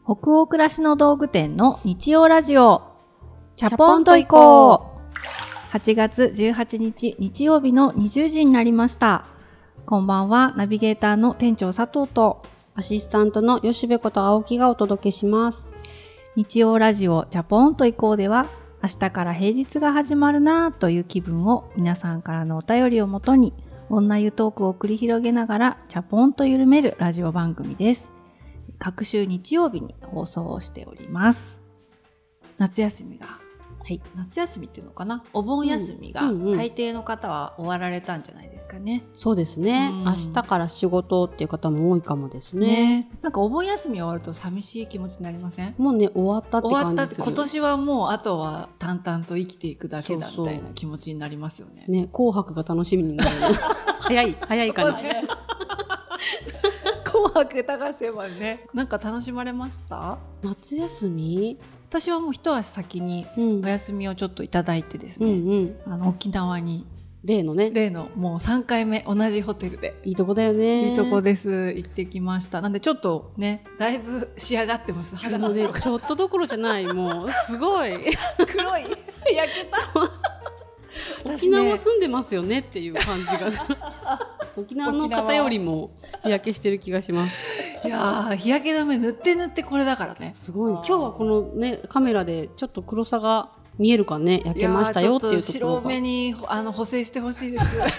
北欧暮らしの道具店の日曜ラジオ、チャポンと行こう。8月18日日曜日の20時になりました。こんばんは。ナビゲーターの店長佐藤とアシスタントの吉部こと青木がお届けします。 日曜ラジオチャポンと行こうでは、明日から平日が始まるなという気分を皆さんからのお便りをもとに女湯トークを繰り広げながらチャポンと緩めるラジオ番組です。各週日曜日に放送をしております。夏休みが、夏休みっていうのかな、お盆休みが大抵の方は終わられたんじゃないですかね。 そうですね、明日から仕事っていう方も多いかもですね。 なんかお盆休み終わると寂しい気持ちになりません？ もうね、終わったって感じする。 今年はもうあとは淡々と生きていくだけだみたいな気持ちになりますよね。 ね、紅白が楽しみになる早いかな紅白歌合戦はね、なんか楽しまれました？ 夏休み？ 私はもう一足先にお休みをちょっといただいてですね、沖縄に例のもう3回目同じホテルで、 いいとこだよね。 いいとこです。行ってきました。なんでちょっとね、だいぶ仕上がってます。 でもね、ちょっとどころじゃない、もうすごい黒い焼けた沖縄住んでますよねっていう感じが沖縄の方よりも日焼けしてる気がします。 いやー、日焼け止め塗ってこれだからね。 すごい。今日はこのね、カメラでちょっと黒さが見えるかね、焼けましたよっていうところが。 白目に補正してほしいですもう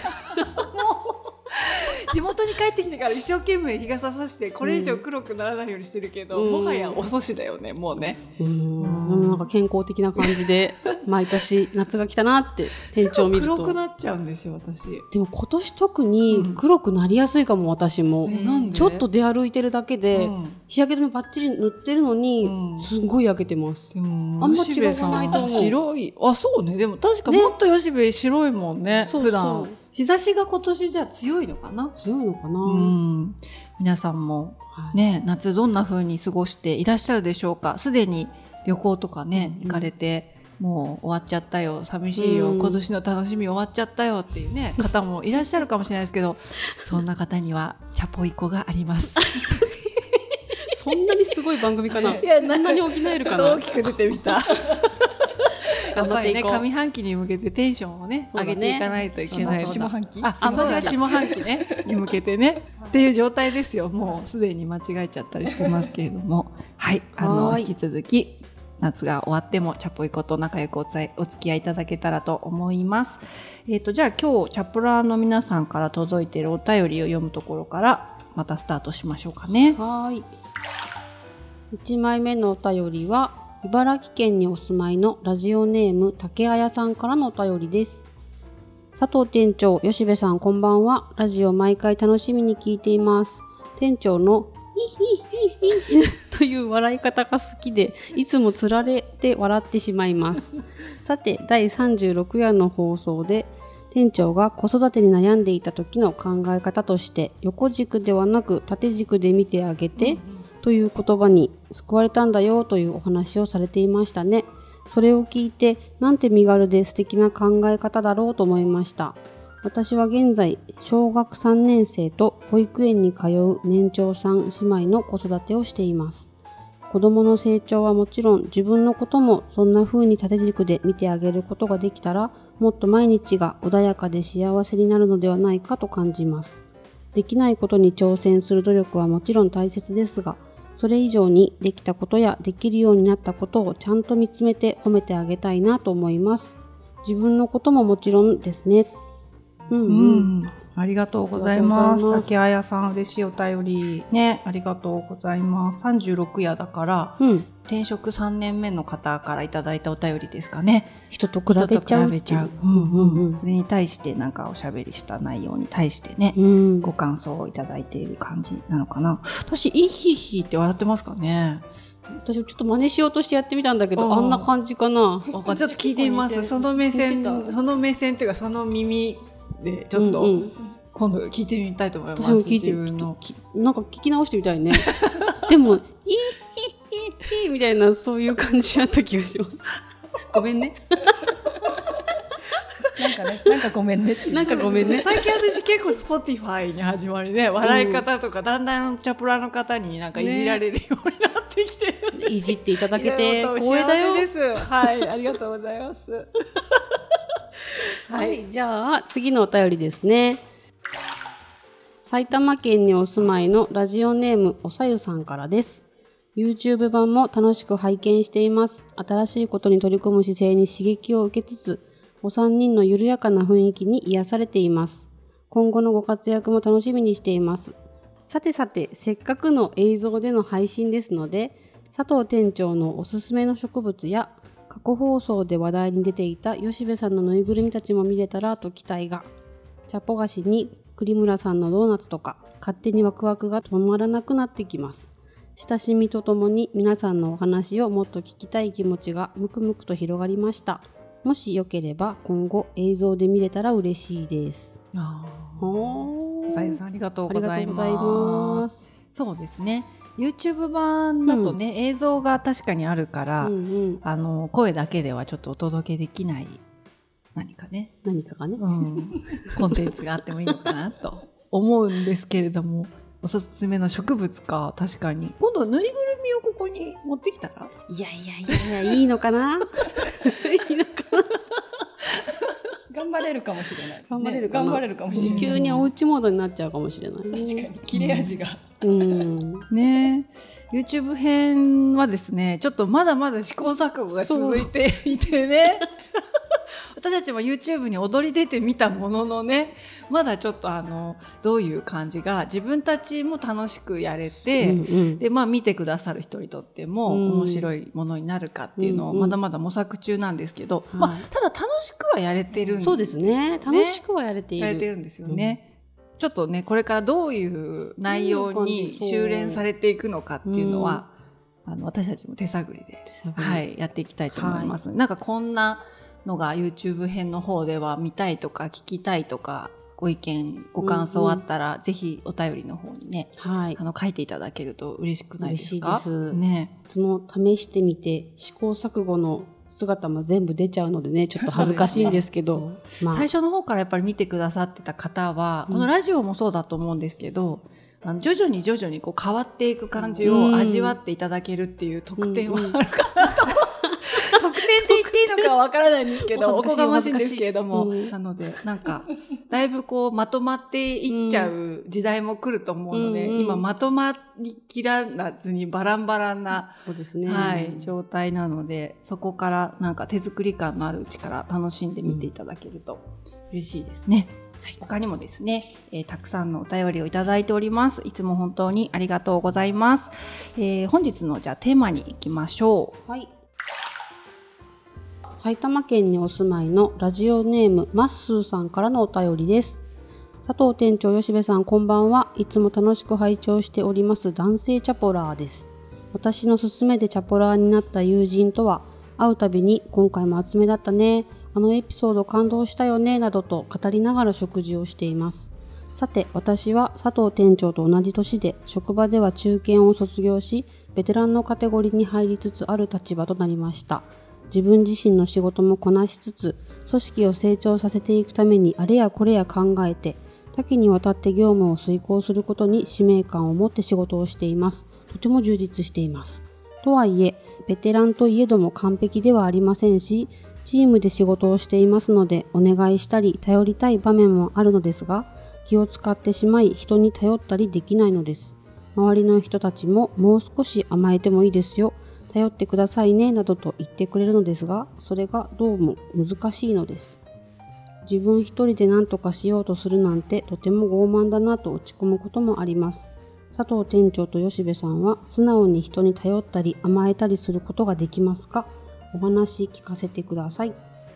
地元に帰ってきてから一生懸命日傘さしてこれ以上黒くならないようにしてるけど、もはや遅しだよね、もうね。 なんか健康的な感じで毎年夏が来たなって店長を見ると黒くなっちゃうんですよ、私。 でも今年特に黒くなりやすいかも、私も。 なんで？ ちょっと出歩いてるだけで、日焼け止めバッチリ塗ってるのに、すごい焼けてます。 でもあんま違わないと思う。 白い。あ、そうね。でも確かもっと吉部白いもんね、普段。日差しが今年じゃ強いのかな？ 強いのかな。 皆さんもね、夏どんな風に過ごしていらっしゃるでしょうか？すでに旅行とかね、行かれて、もう終わっちゃったよ、寂しいよ、今年の楽しみ終わっちゃったよっていうね、方もいらっしゃるかもしれないですけど、そんな方にはチャポイコがありますそんなにすごい番組かな。そんなに補えるかな。 ちょっと大きく出てみたやっぱりね、上半期に向けてテンションをね、上げていかないといけない。 下半期？ それは下半期ねに向けてねっていう状態ですよ。もうすでに間違えちゃったりしてますけれども、はい、引き続き夏が終わってもチャポイコと仲良くお付き合いいただけたらと思います。じゃあ今日チャプラーの皆さんから届いているお便りを読むところからまたスタートしましょうかね。 はい。1枚目のお便りは茨城県にお住まいのラジオネーム竹綾さんからのお便りです。佐藤店長、吉部さん、こんばんは。ラジオ毎回楽しみに聞いています。店長のヒヒヒヒという笑い方が好きで、いつもつられて笑ってしまいます。さて、第36夜の放送で店長が子育てに悩んでいた時の考え方として、横軸ではなく縦軸で見てあげて、という言葉に救われたんだよというお話をされていましたね。それを聞いて、なんて身軽で素敵な考え方だろうと思いました。私は現在小学3年生と保育園に通う年長さん姉妹の子育てをしています。子供の成長はもちろん、自分のこともそんな風に縦軸で見てあげることができたら、もっと毎日が穏やかで幸せになるのではないかと感じます。できないことに挑戦する努力はもちろん大切ですが、それ以上にできたことやできるようになったことをちゃんと見つめて褒めてあげたいなと思います。自分のことももちろんですね。 ありがとうございます。竹綾さん、嬉しいお便りね、ありがとうございます。36夜だから、転職3年目の方からいただいたお便りですかね。 人と比べちゃう。 それに対してなんかおしゃべりした内容に対してね、ご感想をいただいている感じなのかな。私、イヒヒって笑ってますかね。 私ちょっと真似しようとしてやってみたんだけど、あんな感じかな。 ちょっと聞いてみます。その目線っていうか、その耳でちょっと、今度聞いてみたいと思います。 私も聞いてなんか聞き直してみたいねでもイーみたいな、そういう感じだった気がしますごめんねなんかごめんねなんかごめんね。 最近私結構 Spotify に始まりね、笑い方とかだんだんチャプラの方になんかいじられるようになってってきてるんです。 いじっていただけていや光栄だよ。 幸せです。はい、ありがとうございます。 はい、じゃあ次のお便りですね。埼玉県にお住まいのラジオネームおさゆさんからです。YouTube 版も楽しく拝見しています。新しいことに取り組む姿勢に刺激を受けつつ、お三人の緩やかな雰囲気に癒されています。今後のご活躍も楽しみにしています。さてさて、せっかくの映像での配信ですので、佐藤店長のおすすめの植物や過去放送で話題に出ていた吉部さんのぬいぐるみたちも見れたらと期待が。チャポ菓子に栗村さんのドーナツとか、勝手にワクワクが止まらなくなってきます。親しみとともに皆さんのお話をもっと聞きたい気持ちがムクムクと広がりました。もしよければ今後映像で見れたら嬉しいです。 おさゆさんありがとうございありがとうございま。 ますす。 そうですね。YouTube 版だとね、映像が確かにあるから、声だけではちょっとお届けできない何かがね、コンテンツがあってもいいのかなと思うんですけれども、おすすめの植物か。確かに今度ぬいぐるみをここに持ってきたら、 いやいいのかないいのかな頑張れるかもしれない、 頑張れるかもしれない。急におうちモードになっちゃうかもしれない。確かに切れ味が、 ね。 YouTube 編はですね、ちょっとまだまだ試行錯誤が続いていてね私たちも YouTube に踊り出てみたもののね、まだちょっとどういう感じが自分たちも楽しくやれて、で見てくださる人にとっても面白いものになるかっていうのをまだまだ模索中なんですけど、ただ楽しくはやれてるんですよね。 そうですね、楽しくはやれてるんですよね。ちょっとね、これからどういう内容に修練されていくのかっていうのは、私たちも手探りで、やっていきたいと思います。なんかこんなのが YouTube 編の方では見たいとか聞きたいとか、ご意見ご感想あったら、ぜひお便りの方にね、書いていただけると嬉しくないですか？ 嬉しいですね。 その試してみて試行錯誤の姿も全部出ちゃうのでね、ちょっと恥ずかしいんですけど、 最初の方からやっぱり見てくださってた方は、このラジオもそうだと思うんですけど、徐々にこう変わっていく感じを味わっていただけるっていう特典はあるかなと、特典って言っていいのかはわからないんですけど、おこがましいんですけれども、なのでなんかだいぶこうまとまっていっちゃう時代も来ると思うので、今まとまりきらずにバランバランな、 そうですね、 状態なので、そこからなんか手作り感のあるうちから楽しんでみていただけると嬉しいですね。他にもですね、たくさんのお便りをいただいております。いつも本当にありがとうございます。本日のじゃあテーマに行きましょう。 はい。埼玉県にお住まいのラジオネームまっすーさんからのお便りです。佐藤店長、吉部さん、こんばんは。いつも楽しく拝聴しております男性チャポラーです。私の勧めでチャポラーになった友人とは、会うたびに今回も厚めだったね、あのエピソード感動したよねなどと語りながら食事をしています。さて、私は佐藤店長と同じ年で、職場では中堅を卒業し、ベテランのカテゴリーに入りつつある立場となりました。自分自身の仕事もこなしつつ、組織を成長させていくためにあれやこれや考えて、多岐にわたって業務を遂行することに使命感を持って仕事をしています。とても充実しています。とはいえ、ベテランといえども完璧ではありませんし、チームで仕事をしていますので、お願いしたり頼りたい場面もあるのですが、気を使ってしまい人に頼ったりできないのです。周りの人たちももう少し甘えてもいいですよ、頼ってくださいねなどと言ってくれるのですが、それがどうも難しいのです。自分一人で何とかしようとするなんてとても傲慢だなと落ち込むこともあります。佐藤店長と吉部さんは素直に人に頼ったり甘えたりすることができますか？お話聞かせてください。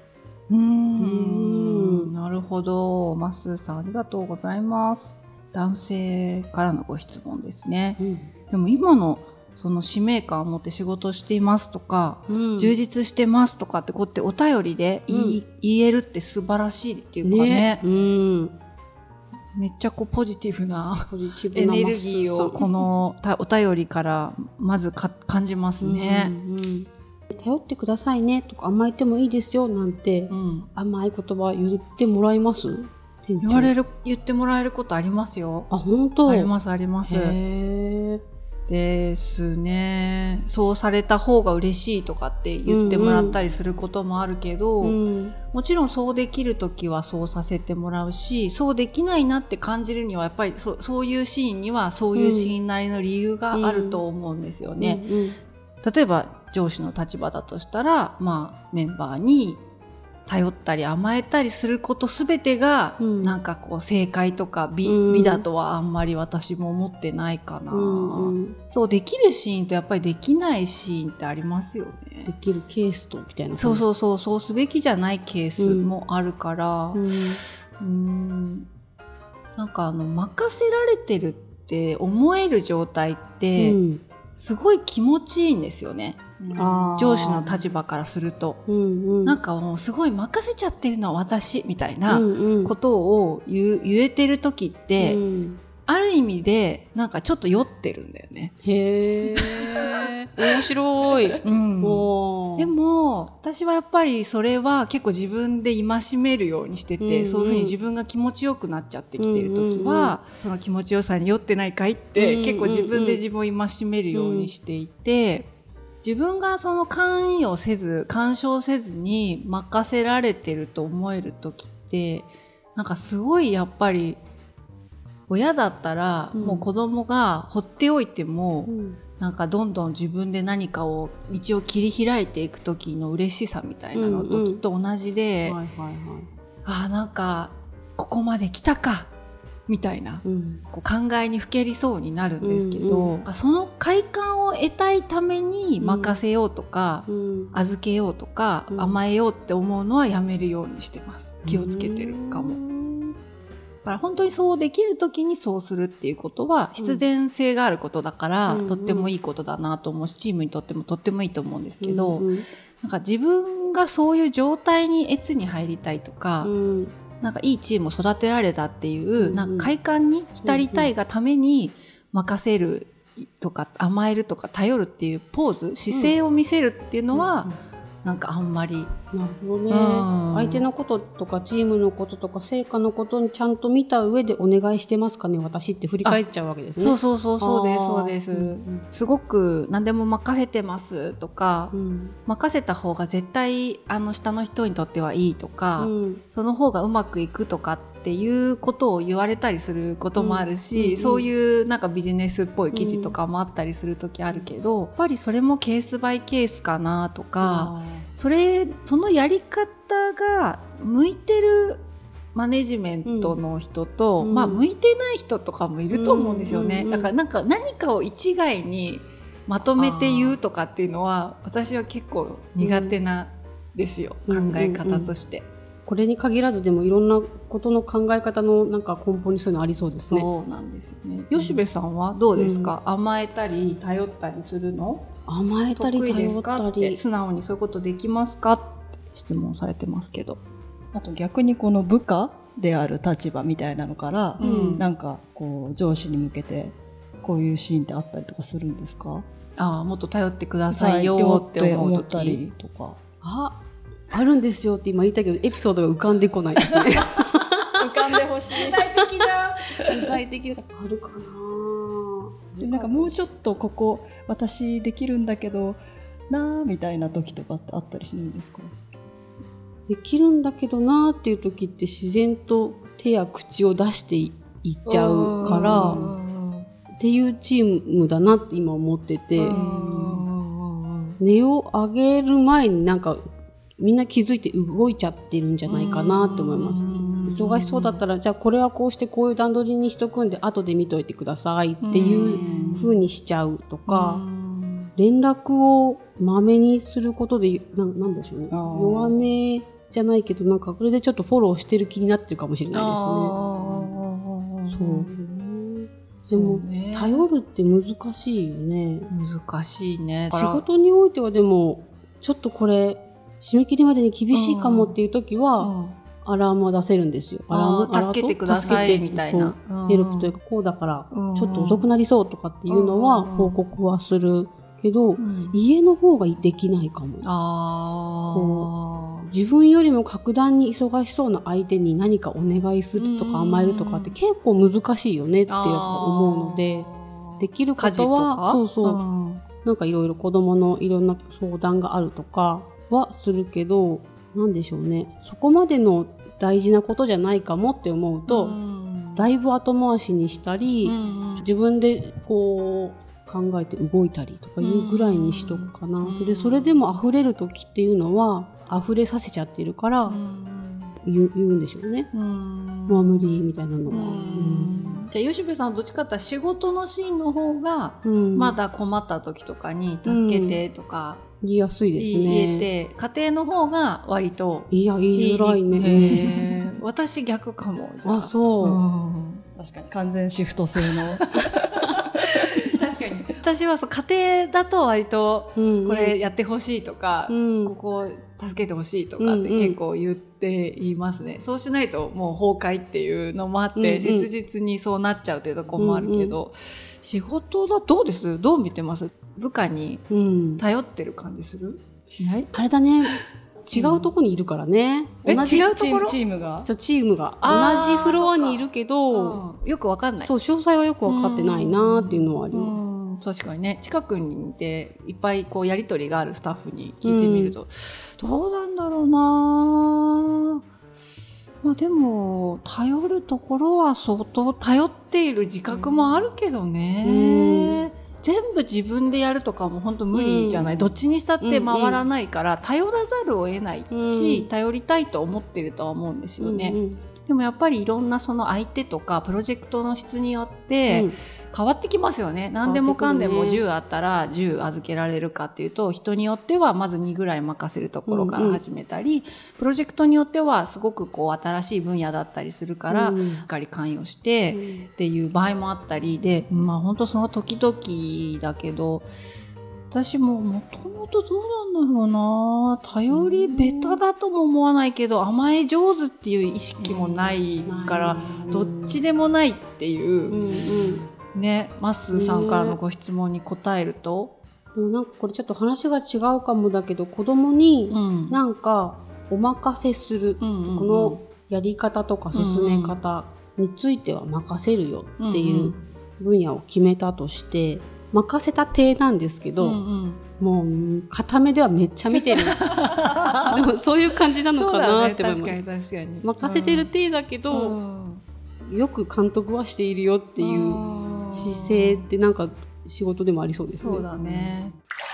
なるほど。まっすーさん、ありがとうございます。男性からのご質問ですね。でも今のその使命感を持って仕事をしていますとか、充実してますとかってこうやってお便りで言えるって素晴らしいっていうかね。めっちゃこうポジティブなエネルギーをこのお便りからまず感じますね。 頼ってくださいねとか甘えてもいいですよなんて、甘い言葉言ってもらいます？ 言ってもらえることありますよ。 あ、本当？ ありますあります。 ですね。そうされた方が嬉しいとかって言ってもらったりすることもあるけど、もちろんそうできるときはそうさせてもらうし、そうできないなって感じるにはやっぱりそういうシーンにはそういうシーンなりの理由があると思うんですよね。例えば上司の立場だとしたら、メンバーに頼ったり甘えたりすることすべてが、なんかこう正解とか 美だとはあんまり私も思ってないかな、そうできるシーンとやっぱりできないシーンってありますよね。 できるケースとみたいな。 そうすべきじゃないケースもあるから、なんか任せられてるって思える状態って、すごい気持ちいいんですよね。上司の立場からすると、なんかもうすごい任せちゃってるのは私みたいなことを言えてる時って、ある意味でなんかちょっと酔ってるんだよね。 へー面白い、でも私はやっぱりそれは結構自分で戒めるようにしてて、そういうふうに自分が気持ちよくなっちゃってきてる時は、その気持ちよさに酔ってないかいって、結構自分で自分を戒めるようにしていて、自分がその干渉せずに任せられてると思える時って、なんかすごいやっぱり親だったら、もう子供が放っておいても、なんかどんどん自分で何かを道を切り開いていく時の嬉しさみたいなのときっと同じで、なんかここまで来たかみたいな、こう考えにふけりそうになるんですけど、その快感を得たいために任せようとか、預けようとか、甘えようって思うのはやめるようにしてます。気をつけてるかも。だから本当にそうできる時にそうするっていうことは必然性があることだから、とってもいいことだなと思うし、チームにとってもとってもいいと思うんですけど、なんか自分がそういう状態に越に入りたいとか、なんかいいチームを育てられたっていう、なんか快感に浸りたいがために任せるとか甘えるとか頼るっていうポーズ、姿勢を見せるっていうのは、なんかあんまり。 なるほどね、相手のこととかチームのこととか成果のことにちゃんと見た上でお願いしてますかね私って振り返っちゃうわけですね。 そうです、すごく何でも任せてますとか、任せた方が絶対下の人にとってはいいとか、その方がうまくいくとかっていうことを言われたりすることもあるし、そういうなんかビジネスっぽい記事とかもあったりする時あるけど、やっぱりそれもケースバイケースかなとか、そのやり方が向いてるマネジメントの人と、向いてない人とかもいると思うんですよね。だからなんか何かを一概にまとめて言うとかっていうのは私は結構苦手なんですよ、考え方として。 これに限らずでもいろんなことの考え方のなんか根本にそういうのありそうですね。 そうなんですよね。吉部さんはどうですか、甘えたり頼ったりするの？ 甘えたり頼ったり素直にそういうことできますかって質問されてますけど、 あと逆にこの部下である立場みたいなのから、なんかこう上司に向けてこういうシーンってあったりとかするんですか？ もっと頼ってくださいよって思う時とか。 あるんですよって今言ったけどエピソードが浮かんでこないですね。 浮かんでほしい。 具体的だあるかな。 なんかもうちょっとここ私できるんだけどなーみたいな時とかってあったりしないんですか？ できるんだけどなーっていう時って自然と手や口を出していっちゃうからっていうチームだなって今思ってて、値を上げる前になんかみんな気づいて動いちゃってるんじゃないかなって思います。忙しそうだったらじゃあこれはこうしてこういう段取りにしとくんで後で見といてくださいっていう風にしちゃうとか、連絡をまめにすることでなんでしょうね、弱音じゃないけどなんかこれでちょっとフォローしてる気になってるかもしれないですね。でも頼るって難しいよね。 難しいね。 仕事においてはでもちょっとこれ締め切りまでに厳しいかもっていう時は、アラームは出せるけど、アラーム助けてくださいみたいな、 ヘルプというかこうだからちょっと遅くなりそうとかっていうのは報告はするけど、家の方ができないかも。自分よりも格段に忙しそうな相手に何かお願いするとか甘えるとかって結構難しいよねってやっぱ思うので、 できる家事こととかはなんかいろいろ子供のいろんな相談があるとかはするけど、なんでしょうね、そこまでの大事なことじゃないかもって思うと、だいぶ後回しにしたり、自分でこう考えて動いたりとかいうぐらいにしとくかな。でそれでも溢れる時っていうのは溢れさせちゃってるから言うんでしょうね。もう無理みたいなのは。 じゃあ吉部さんはどっちかっていうと仕事のシーンの方が、まだ困った時とかに助けてとか、 言いやすいですね。 言えて、家庭の方が割と言いづらいね。 私逆かも。 じゃあそう、 確かに完全シフト制の確かに私は家庭だと割とこれやってほしいとか、ここ助けてほしいとかって結構言いますね。そうしないともう崩壊っていうのもあって、切実にそうなっちゃうというところもあるけど、仕事だどうです？どう見てます？部下に頼ってる感じする？しない？ あれだね、違うとこにいるからね。 同じ違うところ？チームが同じフロアにいるけど、 よくわかんない。 そう、詳細はよくわかってないなっていうのはあります。 確かにね、近くにいていっぱいこうやり取りがあるスタッフに聞いてみると、どうなんだろうな。まあでも頼るところは相当頼っている自覚もあるけどね。全部自分でやるとかも本当無理じゃない、どっちにしたって回らないから、頼らざるを得ないし、頼りたいと思ってるとは思うんですよね。でもやっぱりいろんなその相手とかプロジェクトの質によって変わってきますよね。何でもかんでも10あったら10預けられるかっていうと、人によってはまず2ぐらい任せるところから始めたり、プロジェクトによってはすごくこう新しい分野だったりするから、しっかり関与してっていう場合もあったりで、まあ本当その時々だけど、私ももともとどうなんだろうな、頼りベタだとも思わないけど甘え上手っていう意識もないから、どっちでもないっていうね、マッスーさんからのご質問に答えると、 なんかこれちょっと話が違うかもだけど、子供になんかお任せする、このやり方とか進め方については任せるよっていう分野を決めたとして、任せた体なんですけど、もう片目ではめっちゃ見てるでもそういう感じなのかなって思います。 確かに任せてる体だけど、よく監督はしているよっていう姿勢ってなんか仕事でもありそうですね。 そうだね。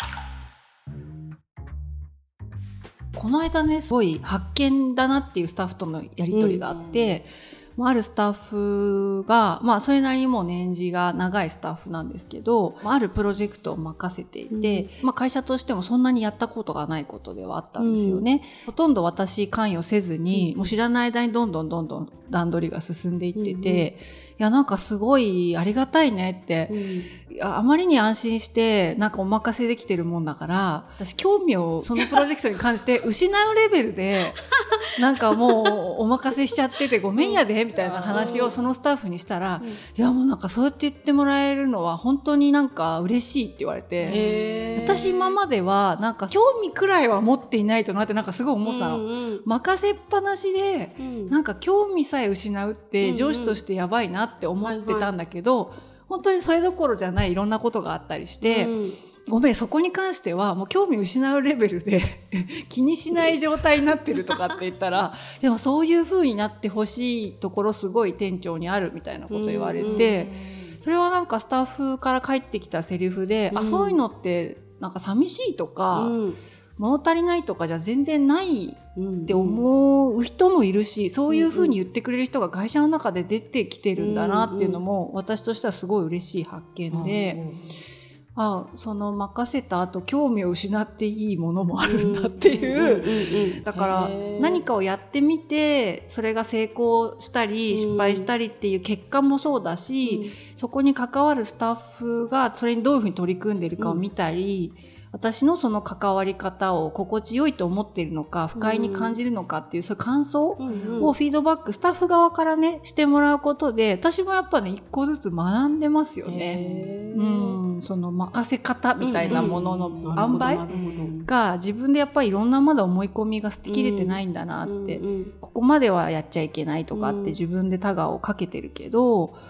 この間ね、すごい発見だなっていうスタッフとのやり取りがあって、あるスタッフが、それなりにもう年次が長いスタッフなんですけど、あるプロジェクトを任せていて、会社としてもそんなにやったことがないことではあったんですよね。ほとんど私関与せずに、もう知らない間にどんどん段取りが進んでいってて、いやなんかすごいありがたいねって、あまりに安心してなんかお任せできてるもんだから、私興味をそのプロジェクトに関して失うレベルでなんかもうお任せしちゃっててごめんやでみたいな話をそのスタッフにしたら、いやもうなんかそうやって言ってもらえるのは本当になんか嬉しいって言われて、私今まではなんか興味くらいは持っていないとなってなんかすごい思ってたの、任せっぱなしで、なんか興味さえ失うって上司としてやばいなって思ってたんだけど、本当にそれどころじゃないいろんなことがあったりして、ごめんそこに関してはもう興味失うレベルで気にしない状態になってるとかって言ったらでもそういう風になってほしいところすごい店長にあるみたいなこと言われて、それはなんかスタッフから返ってきたセリフで、そういうのってなんか寂しいとか、物足りないとかじゃ全然ないって思う人もいるし、そういう風に言ってくれる人が会社の中で出てきてるんだなっていうのも私としてはすごい嬉しい発見で、その任せた後興味を失っていいものもあるんだっていう、だから何かをやってみてそれが成功したり失敗したりっていう結果もそうだし、そこに関わるスタッフがそれにどういうふうに取り組んでいるかを見たり、私のその関わり方を心地よいと思っているのか不快に感じるのかっていう、そういう感想をフィードバックスタッフ側からねしてもらうことで、私もやっぱね一個ずつ学んでますよね。その任せ方みたいなものの塩梅が自分でやっぱりいろんなまだ思い込みが捨てきれてないんだなって、ここまではやっちゃいけないとかって自分でタガをかけてるけど、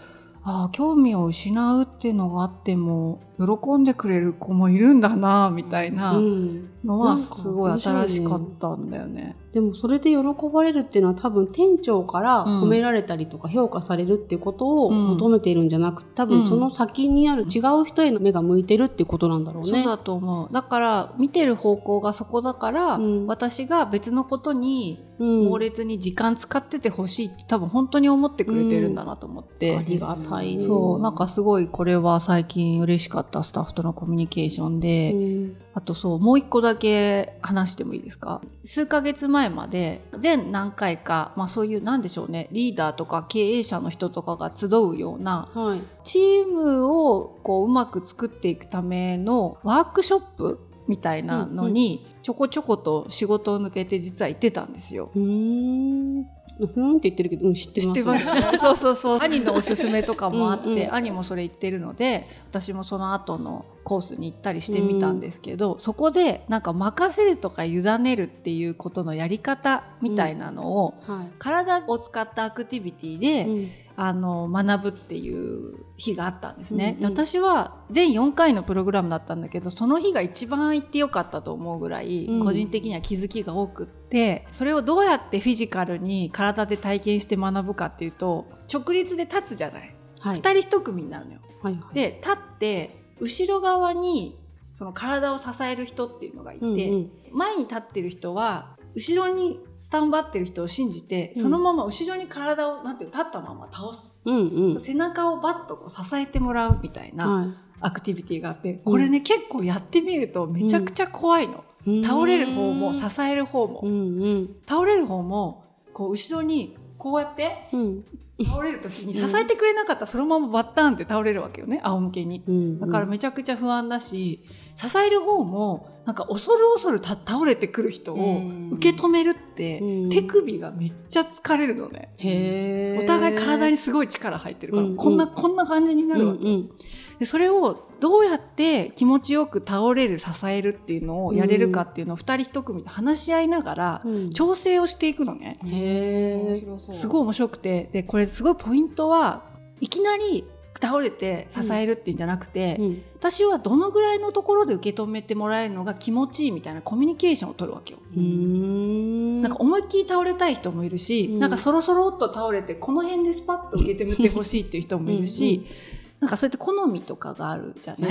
興味を失うっていうのがあっても喜んでくれる子もいるんだなみたいなのはすごい新しかったんだよね。 でもそれで喜ばれるっていうのは多分店長から褒められたりとか評価されるっていうことを求めているんじゃなくて、多分その先にある違う人への目が向いてるっていうことなんだろうね。 そうだと思う。だから見てる方向がそこだから、私が別のことに猛烈に時間使っててほしいって多分本当に思ってくれてるんだなと思って、 ありがたいね。 そう、なんかすごいこれは最近嬉しかったスタッフとのコミュニケーションで、あとそうもう一個だけ話してもいいですか。数ヶ月前まで全何回か、そういうなんでしょうね、リーダーとか経営者の人とかが集うような、チームをこううまく作っていくためのワークショップみたいなのにちょこちょこと仕事を抜けて実は行ってたんですよ。 ふーんって言ってるけど、知ってます。 知ってましたそう兄のおすすめとかもあって兄もそれ言ってるので私もその後のコースに行ったりしてみたんですけど、そこでなんか任せるとか委ねるっていうことのやり方みたいなのを、体を使ったアクティビティで、学ぶっていう日があったんですね。私は全4回のプログラムだったんだけどその日が一番行ってよかったと思うぐらい、個人的には気づきが多くってそれをどうやってフィジカルに体で体験して学ぶかっていうと直立で立つじゃない、2人1組になるのよ、で立って後ろ側にその体を支える人っていうのがいて、前に立ってる人は後ろにスタンバってる人を信じて、そのまま後ろに体をなんていう立ったまま倒す、背中をバッとこう支えてもらうみたいなアクティビティがあって、これね、結構やってみるとめちゃくちゃ怖いの、倒れる方も支える方も、倒れる方もこう後ろにこうやって、倒れる時に支えてくれなかったらそのままバッターンって倒れるわけよね、仰向けに、だからめちゃくちゃ不安だし、支える方もなんか恐る恐る倒れてくる人を受け止めるって、手首がめっちゃ疲れるのね。お互い体にすごい力入ってるから、こんな感じになるわけ、でそれをどうやって気持ちよく倒れる支えるっていうのをやれるかっていうのを2人1組で話し合いながら調整をしていくのね、すごい面白くて、でこれすごいポイントはいきなり倒れて支えるっていうんじゃなくて、私はどのぐらいのところで受け止めてもらえるのが気持ちいいみたいなコミュニケーションを取るわけよ。なんか思いっきり倒れたい人もいるし、なんかそろそろっと倒れてこの辺でスパッと受け止めてほしいっていう人もいるしなんかそうやって好みとかがあるじゃない。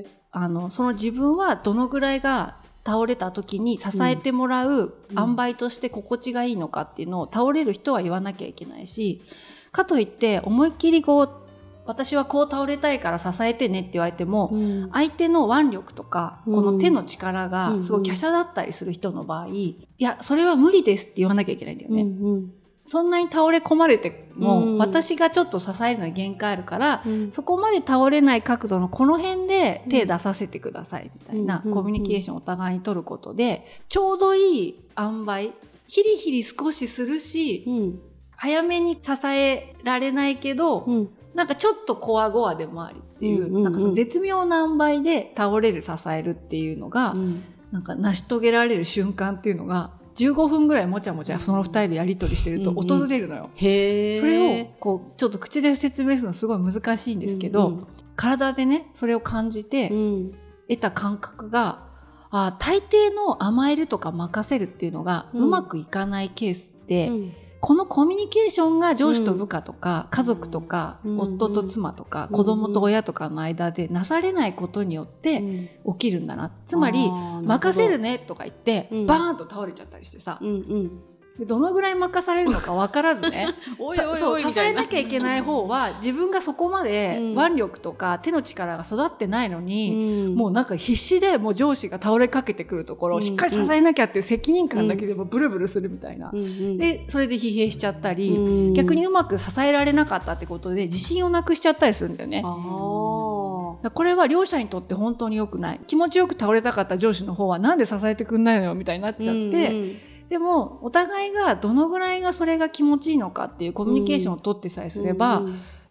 その自分はどのぐらいが倒れた時に支えてもらう塩梅として心地がいいのかっていうのを倒れる人は言わなきゃいけないし、かといって思いっきりこう私はこう倒れたいから支えてねって言われても、相手の腕力とかこの手の力がすごい華奢だったりする人の場合、いやそれは無理ですって言わなきゃいけないんだよね、そんなに倒れ込まれても、私がちょっと支えるのに限界あるから、そこまで倒れない角度のこの辺で手出させてくださいみたいなコミュニケーションをお互いに取ることで、ちょうどいい塩梅、ヒリヒリ少しするし、早めに支えられないけど、なんかちょっとコアゴアでもありっていう、なんかその絶妙な塩梅で倒れる支えるっていうのが、なんか成し遂げられる瞬間っていうのが15分ぐらいもちゃもちゃその2人でやり取りしてると訪れるのよ、それをこうちょっと口で説明するのすごい難しいんですけど、体でねそれを感じて得た感覚が、大抵の甘えるとか任せるっていうのがうまくいかないケースって、このコミュニケーションが上司と部下とか、家族とか、夫と妻とか、子供と親とかの間でなされないことによって起きるんだな、つまり任せるねとか言って、バーンと倒れちゃったりしてさ、でどのぐらい任されるのか分からずね支えなきゃいけない方は自分がそこまで腕力とか手の力が育ってないのに、もうなんか必死でもう上司が倒れかけてくるところをしっかり支えなきゃっていう責任感だけでもブルブルするみたいな、でそれで疲弊しちゃったり、逆にうまく支えられなかったってことで自信をなくしちゃったりするんだよね。これは両者にとって本当に良くない。気持ちよく倒れたかった上司の方はなんで支えてくんないのよみたいになっちゃって、でもお互いがどのぐらいがそれが気持ちいいのかっていうコミュニケーションを取ってさえすれば、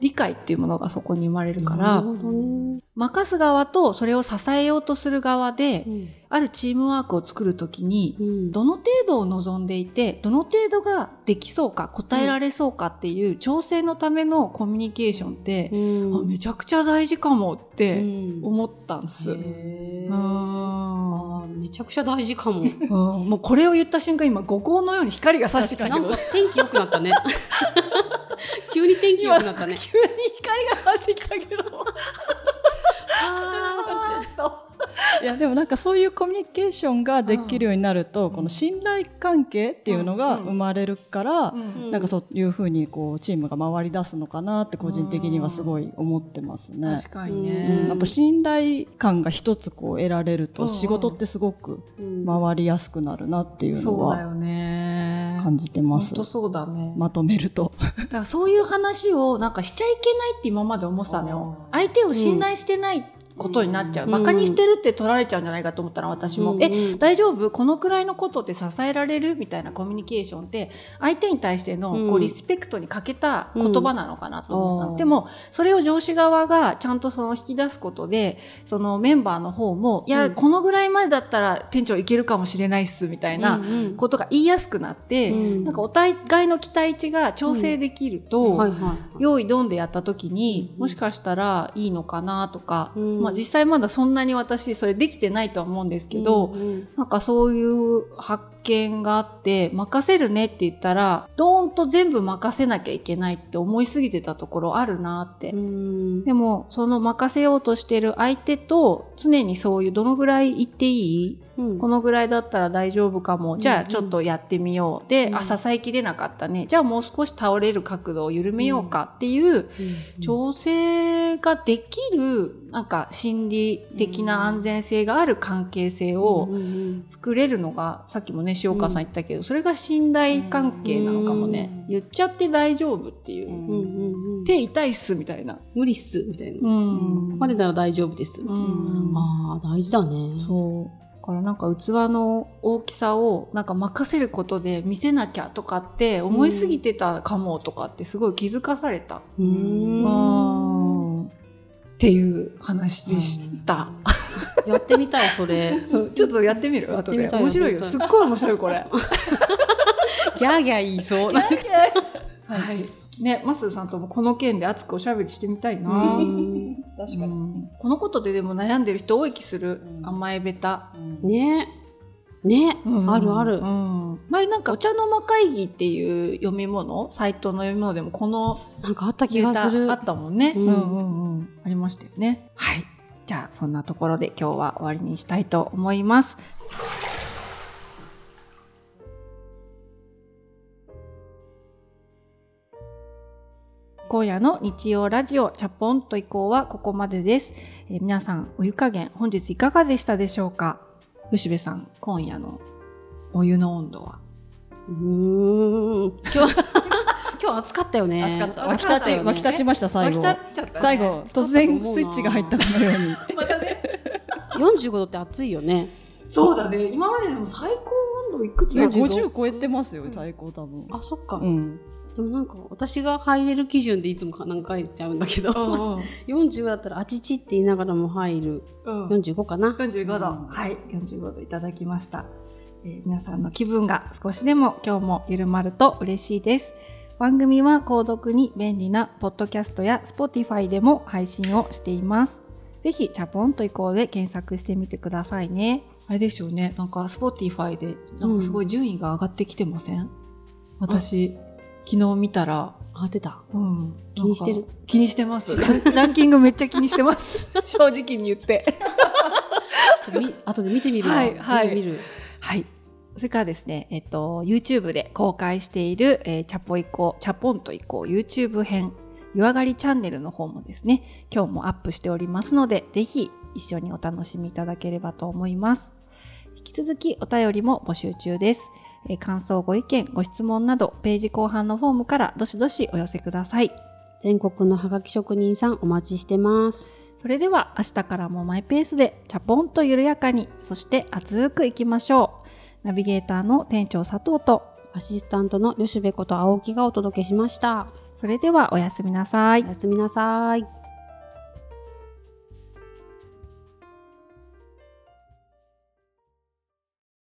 理解っていうものがそこに生まれるかなら、 るほどね。 任す側とそれを支えようとする側で、 うんあるチームワークを作るときに、 うんどの程度を望んでいて、どの程度ができそうか、答えられそうかっていう調整のためのコミュニケーションって、 うんあめちゃくちゃ大事かもってうん思ったんです。 へーうんあーめちゃくちゃ大事かも。 もうこれを言った瞬間今五光のように光が差してきたけどなんか天気良くなったね。急に天気良くなったね。 急に光が差してきたけどいやでもなんかそういうコミュニケーションができるようになると、この信頼関係っていうのが生まれるから、 うんなんかそういうふうにこうチームが回り出すのかなって個人的にはすごい思ってますね。 確かにね、 やっぱ信頼感が一つこう得られると仕事ってすごくうん回りやすくなるなっていうのはそうだよね。 感じてます。 本当そうだね。 まとめると。 だからそういう話をなんかしちゃいけないって今まで思ってたのよ。相手を信頼してないことになっちゃう。バカにしてるって取られちゃうんじゃないかと思ったら私も、大丈夫？このくらいのことで支えられるみたいなコミュニケーションって相手に対してのこうリスペクトに欠けた言葉なのかなと思ったの。でもそれを上司側がちゃんとその引き出すことで、そのメンバーの方もいや、このぐらいまでだったら店長いけるかもしれないっすみたいなことが言いやすくなって、なんかお互いの期待値が調整できると、 はいはい用意ドンでやった時に、もしかしたらいいのかなとか、 うんまあ実際まだそんなに私それできてないとは思うんですけど、なんかそういう発見があって、任せるねって言ったらドーンと全部任せなきゃいけないって思いすぎてたところあるなって、でもその任せようとしてる相手と常にそういうどのぐらい言っていい、このぐらいだったら大丈夫かも、じゃあちょっとやってみよう、で、支えきれなかったね、じゃあもう少し倒れる角度を緩めようかっていう調整ができる、なんか心理的な安全性がある関係性を作れるのが、さっきもね塩川さん言ったけど、それが信頼関係なのかもね。言っちゃって大丈夫っていう、手痛いっすみたいな、 無理っすみたいな、ここまでなら大丈夫ですみたいな、ああ大事だね。 そうだからなんか器の大きさをなんか任せることで見せなきゃとかって思いすぎてたかもとかってすごい気づかされた、っていう話でした。 やってみたいそれ。 ちょっとやってみる後で。面白いよ。すっごい面白いこれ。 ギャーギャー言いそう。 はい。ね、マスーさんともこの件で熱くおしゃべりしてみたいな。 確かに。 このことででも悩んでる人多い気する。甘えべた。 ね。あるある。 前なんかお茶の間会議っていう読み物、サイトの読み物でもこのなんかあった気がする。 あったもんね。ありましたよね。はい。じゃあそんなところで今日は終わりにしたいと思います。今夜の日曜ラジオチャポンと移行はここまでです。皆さんお湯加減本日いかがでしたでしょうか。吉部さん、今夜のお湯の温度は？ 今日暑かったよね。 暑かった。 沸き立ちました最後。最後突然スイッチが入ったかのように。 またね。 45度って暑いよね。 そうだね。今まででも最高温度いくつだ？ 50超えてますよ最高多分。 あ、そっか。でもなんか私が入れる基準でいつも何回言っちゃうんだけど、45だったらあちちって言いながらも入る。45かな。 45度。はい、45度いただきました。皆さんの気分が少しでも今日も緩まると嬉しいです。番組は購読に便利なポッドキャストや Spotify でも配信をしています。ぜひチャポンと移行で検索してみてくださいね。あれですよね。なんか Spotify でなんかすごい順位が上がってきてません？私昨日見たら上がってた。 気にしてる。気にしてます。ランキングめっちゃ気にしてます。正直に言って。 ちょっと後で見てみるわ。 はい。 はい。 それからですね、YouTube で公開している、チャポンと移行 YouTube 編、湯上がりチャンネルの方もですね、今日もアップしておりますので、ぜひ一緒にお楽しみいただければと思います。引き続きお便りも募集中です。感想、ご意見、ご質問など、ページ後半のフォームからどしどしお寄せください。 全国のハガキ職人さんお待ちしてます。 それでは明日からもマイペースでチャポンと緩やかに、そして熱くいきましょう。ナビゲーターの店長佐藤とアシスタントの吉部こと青木がお届けしました。 そそれではおやすみなさい。 おやすみなさい。